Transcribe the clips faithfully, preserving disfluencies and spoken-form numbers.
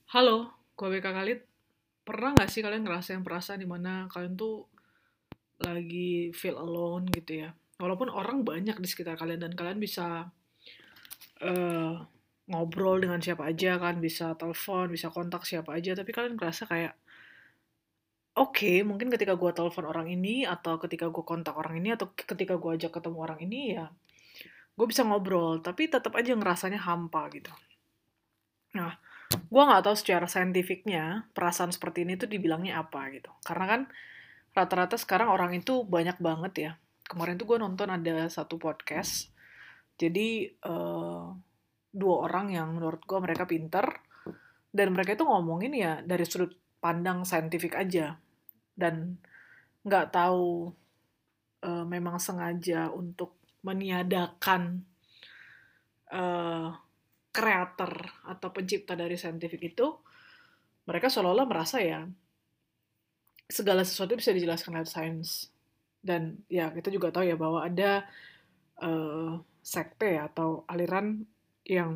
Halo, gue B K Khalid. Pernah nggak sih kalian ngerasain perasaan dimana kalian tuh lagi feel alone gitu ya? Walaupun orang banyak di sekitar kalian dan kalian bisa eh, ngobrol dengan siapa aja kan, bisa telepon, bisa kontak siapa aja, tapi kalian ngerasa kayak, oke, mungkin ketika gue telepon orang ini, atau ketika gue kontak orang ini, atau ketika gue ajak ketemu orang ini, ya gue bisa ngobrol, tapi tetap aja ngerasanya hampa gitu. Nah, gue nggak tahu secara saintifiknya perasaan seperti ini tuh dibilangnya apa gitu. Karena kan rata-rata sekarang orang itu banyak banget ya. Kemarin tuh gue nonton ada satu podcast. Jadi eh, dua orang yang menurut gue mereka pinter dan mereka itu ngomongin ya dari sudut pandang saintifik aja dan nggak tahu eh, memang sengaja untuk meniadakan eh, kreator atau pencipta dari saintifik itu, mereka seolah-olah merasa ya segala sesuatu bisa dijelaskan lewat sains. Dan ya kita juga tahu ya bahwa ada eh, sekte atau aliran yang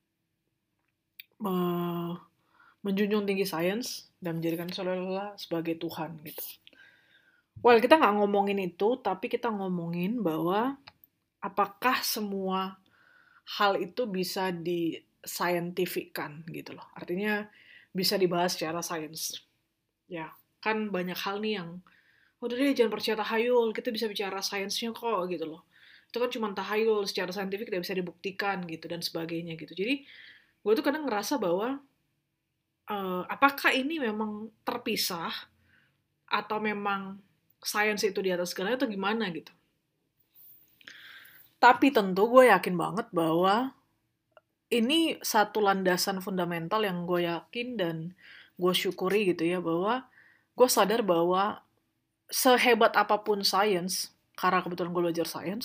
me- menjunjung tinggi sains dan menjadikan seolah-olah sebagai Tuhan gitu. Well, kita nggak ngomongin itu, tapi kita ngomongin bahwa apakah semua hal itu bisa discientifikan gitu loh. Artinya bisa dibahas secara sains. Ya, kan banyak hal nih yang udah deh jangan percaya tahayul, kita bisa bicara sainsnya kok gitu loh. Itu kan cuma tahayul, secara saintifik tidak bisa dibuktikan gitu dan sebagainya gitu. Jadi gue tuh kadang ngerasa bahwa eh, apakah ini memang terpisah atau memang sains itu di atas segalanya atau gimana gitu. Tapi tentu gue yakin banget bahwa ini satu landasan fundamental yang gue yakin dan gue syukuri gitu ya, bahwa gue sadar bahwa sehebat apapun sains, karena kebetulan gue belajar sains,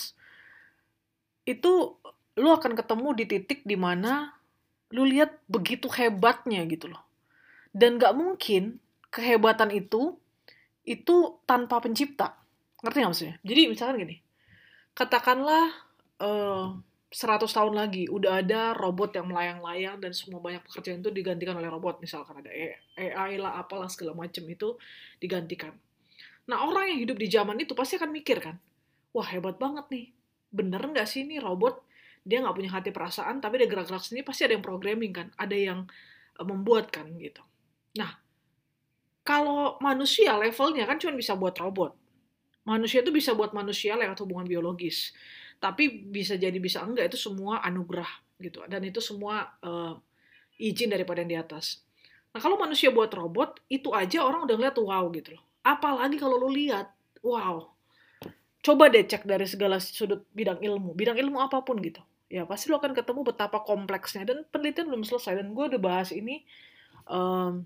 itu lu akan ketemu di titik dimana lu lihat begitu hebatnya gitu loh. Dan gak mungkin kehebatan itu, itu tanpa pencipta. Ngerti gak maksudnya? Jadi misalkan gini, katakanlah eh, seratus tahun lagi udah ada robot yang melayang-layang dan semua banyak pekerjaan itu digantikan oleh robot. Misalkan ada A I lah, apalah segala macam itu digantikan. Nah orang yang hidup di zaman itu pasti akan mikir kan, wah hebat banget nih, bener nggak sih ini robot, dia nggak punya hati perasaan, tapi dia gerak-gerak sendiri, pasti ada yang programming kan, ada yang uh, membuat kan gitu. Nah, kalau manusia levelnya kan cuma bisa buat robot. Manusia itu bisa buat manusia lewat hubungan biologis. Tapi bisa jadi bisa enggak itu semua anugerah gitu. Dan itu semua uh, izin daripada yang di atas. Nah, kalau manusia buat robot, itu aja orang udah ngeliat wow gitu loh. Apalagi kalau lu lihat, wow, coba deh cek dari segala sudut bidang ilmu, bidang ilmu apapun gitu. Ya pasti lo akan ketemu betapa kompleksnya dan penelitian belum selesai dan gue udah bahas ini um,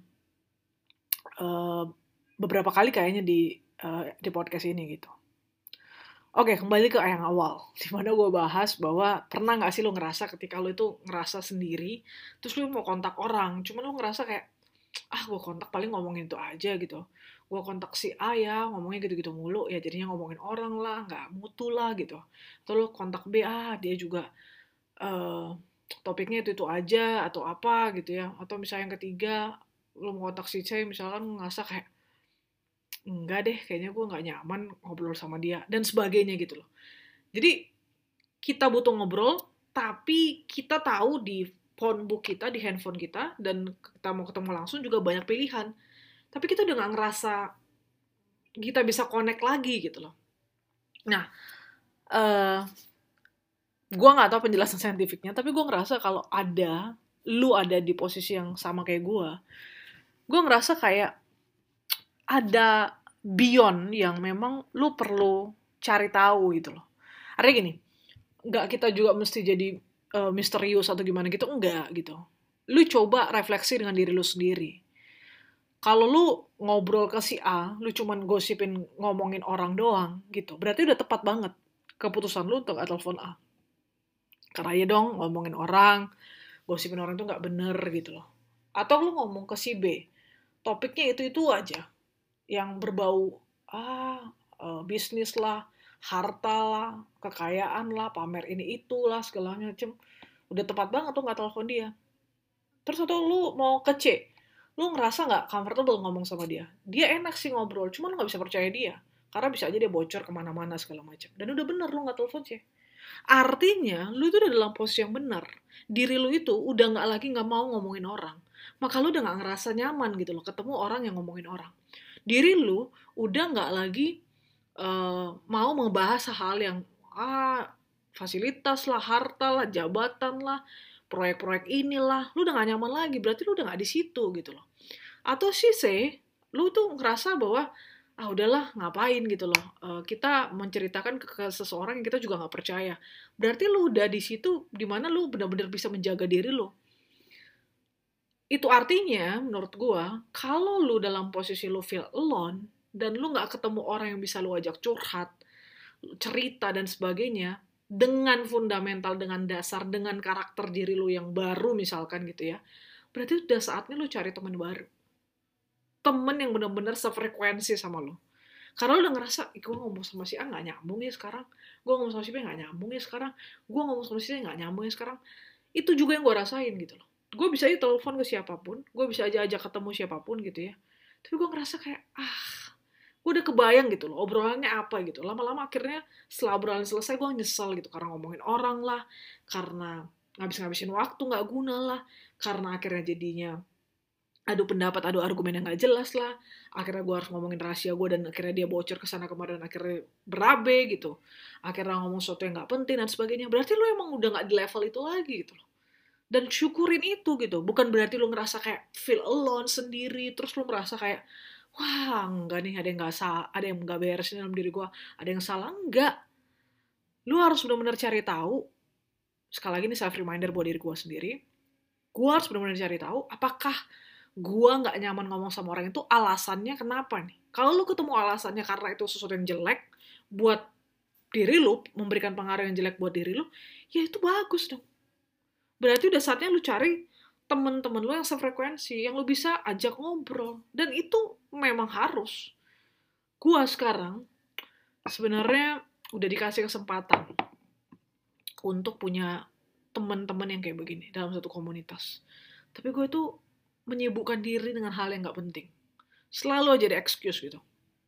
uh, beberapa kali kayaknya di uh, di podcast ini gitu. Oke, kembali ke yang awal, dimana gue bahas bahwa pernah nggak sih lo ngerasa ketika lo itu ngerasa sendiri, terus lo mau kontak orang, cuman lo ngerasa kayak, ah gue kontak paling ngomongin itu aja gitu. Gue kontak si A ya, ngomongnya gitu-gitu mulu, ya jadinya ngomongin orang lah, nggak mutu lah gitu. Atau lo kontak B, ah dia juga eh, topiknya itu-itu aja, atau apa gitu ya. Atau misalnya yang ketiga, lo mau kontak si C, misalkan ngerasa kayak, enggak deh, kayaknya gue nggak nyaman ngobrol sama dia, dan sebagainya gitu loh. Jadi kita butuh ngobrol, tapi kita tahu di phone book kita, di handphone kita, dan kita mau ketemu langsung juga banyak pilihan. Tapi kita udah nggak ngerasa kita bisa connect lagi gitu loh. Nah, uh, gue nggak tahu penjelasan saintifiknya, tapi gue ngerasa kalau ada, lu ada di posisi yang sama kayak gue, gue ngerasa kayak ada beyond yang memang lu perlu cari tahu gitu loh. Artinya gini, nggak kita juga mesti jadi uh, misterius atau gimana gitu, enggak gitu. Lu coba refleksi dengan diri lu sendiri. Kalau lu ngobrol ke si A, lu cuman gosipin ngomongin orang doang gitu, berarti udah tepat banget keputusan lu untuk telepon A. Karena ya dong, ngomongin orang, gosipin orang tuh nggak bener gitu loh. Atau lu ngomong ke si B, topiknya itu-itu aja, yang berbau, ah, eh, bisnis lah, harta lah, kekayaan lah, pamer ini itulah, segala macem. Udah tepat banget tuh nggak telepon dia. Terus atau lu mau ke C, lu ngerasa nggak comfortable ngomong sama dia. Dia enak sih ngobrol, cuma lu nggak bisa percaya dia. Karena bisa aja dia bocor kemana-mana segala macam. Dan udah bener lu nggak telepon C. Artinya, lu itu udah dalam posisi yang benar. Diri lu itu udah nggak lagi nggak mau ngomongin orang. Maka lu udah nggak ngerasa nyaman gitu loh, ketemu orang yang ngomongin orang. Diri lu udah nggak lagi eh, mau membahas hal yang ah fasilitas lah, harta lah, jabatan lah, proyek-proyek inilah, lu udah gak nyaman lagi, berarti lu udah gak di situ gitu loh. Atau sih say, lu tuh ngerasa bahwa ah udahlah ngapain gitu loh, Eh, kita menceritakan ke, ke seseorang yang kita juga nggak percaya. Berarti lu udah di situ dimana lu benar-benar bisa menjaga diri lu. Itu artinya menurut gua kalau lu dalam posisi lu feel alone dan lu nggak ketemu orang yang bisa lu ajak curhat, cerita dan sebagainya dengan fundamental, dengan dasar, dengan karakter diri lu yang baru misalkan gitu ya, berarti udah saatnya lu cari teman baru, temen yang benar-benar sefrekuensi sama lu. Karena lu udah ngerasa, gue ngomong sama si A gak nyambung ya sekarang, gue ngomong sama si B gak nyambung ya sekarang, gue ngomong sama si C gak nyambung ya sekarang. Itu juga yang gue rasain gitu loh. Gue bisa aja telepon ke siapapun, gue bisa aja ajak ketemu siapapun gitu ya, tapi gue ngerasa kayak ah gue udah kebayang gitu loh obrolannya apa gitu. Lama-lama akhirnya setelah obrolan selesai gue nyesel gitu karena ngomongin orang lah, karena ngabis-ngabisin waktu nggak guna lah, karena akhirnya jadinya adu pendapat, adu argumen yang nggak jelas lah. Akhirnya gue harus ngomongin rahasia gue dan akhirnya dia bocor ke sana kemarin dan akhirnya berabe gitu. Akhirnya ngomong sesuatu yang nggak penting dan sebagainya. Berarti lu emang udah nggak di level itu lagi gitu loh. Dan syukurin itu gitu. Bukan berarti lu ngerasa kayak feel alone sendiri, terus lu merasa kayak wah enggak nih ada yang nggak salah, ada yang nggak beres dalam diri gue, ada yang salah. Enggak. Lu harus benar-benar cari tahu. Sekali lagi nih self reminder buat diri gue sendiri. Gue harus benar-benar cari tahu apakah gue nggak nyaman ngomong sama orang itu alasannya kenapa nih. Kalau lu ketemu alasannya karena itu sesuatu yang jelek buat diri lu, memberikan pengaruh yang jelek buat diri lu, ya itu bagus dong. Berarti udah saatnya lu cari temen-temen lu yang sefrekuensi, yang lu bisa ajak ngobrol. Dan itu memang harus. Gua sekarang sebenarnya udah dikasih kesempatan untuk punya teman-teman yang kayak begini dalam satu komunitas. Tapi gue tuh menyibukkan diri dengan hal yang gak penting. Selalu aja ada excuse gitu.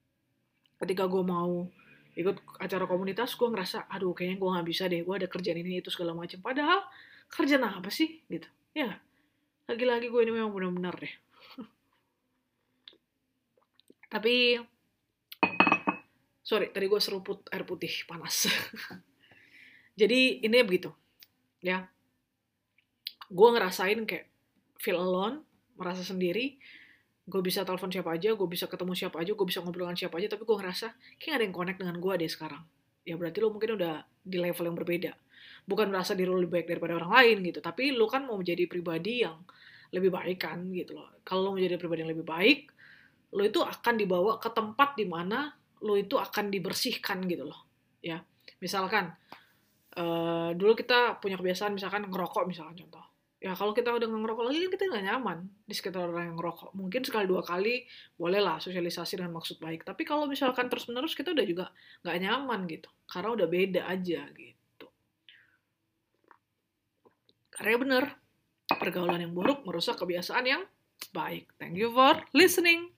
Ketika gue mau ikut acara komunitas, gue ngerasa, aduh kayaknya gue gak bisa deh, gue ada kerjaan ini itu segala macam. Padahal kerjaan apa sih gitu? Ya, lagi-lagi gue ini memang benar-benar deh. Tapi, sorry, tadi gue seruput air putih panas. Jadi ini begitu, ya. Gue ngerasain kayak feel alone, merasa sendiri. Gue bisa telepon siapa aja, gue bisa ketemu siapa aja, gue bisa ngobrol dengan siapa aja, tapi gue ngerasa kayak ada yang connect dengan gue deh sekarang. Ya berarti lo mungkin udah di level yang berbeda. Bukan merasa diri lo lebih baik daripada orang lain gitu, tapi lo kan mau menjadi pribadi yang lebih baik kan gitu loh. Kalau lo menjadi pribadi yang lebih baik, lo itu akan dibawa ke tempat di mana lo itu akan dibersihkan gitu loh. Ya, misalkan uh, dulu kita punya kebiasaan misalkan ngerokok misalkan contoh. Ya kalau kita udah nggak ngerokok lagi kan kita nggak nyaman di sekitar orang yang ngerokok. Mungkin sekali dua kali bolehlah sosialisasi dengan maksud baik. Tapi kalau misalkan terus menerus kita udah juga nggak nyaman gitu. Karena udah beda aja gitu. Karena bener, pergaulan yang buruk merusak kebiasaan yang baik. Thank you for listening.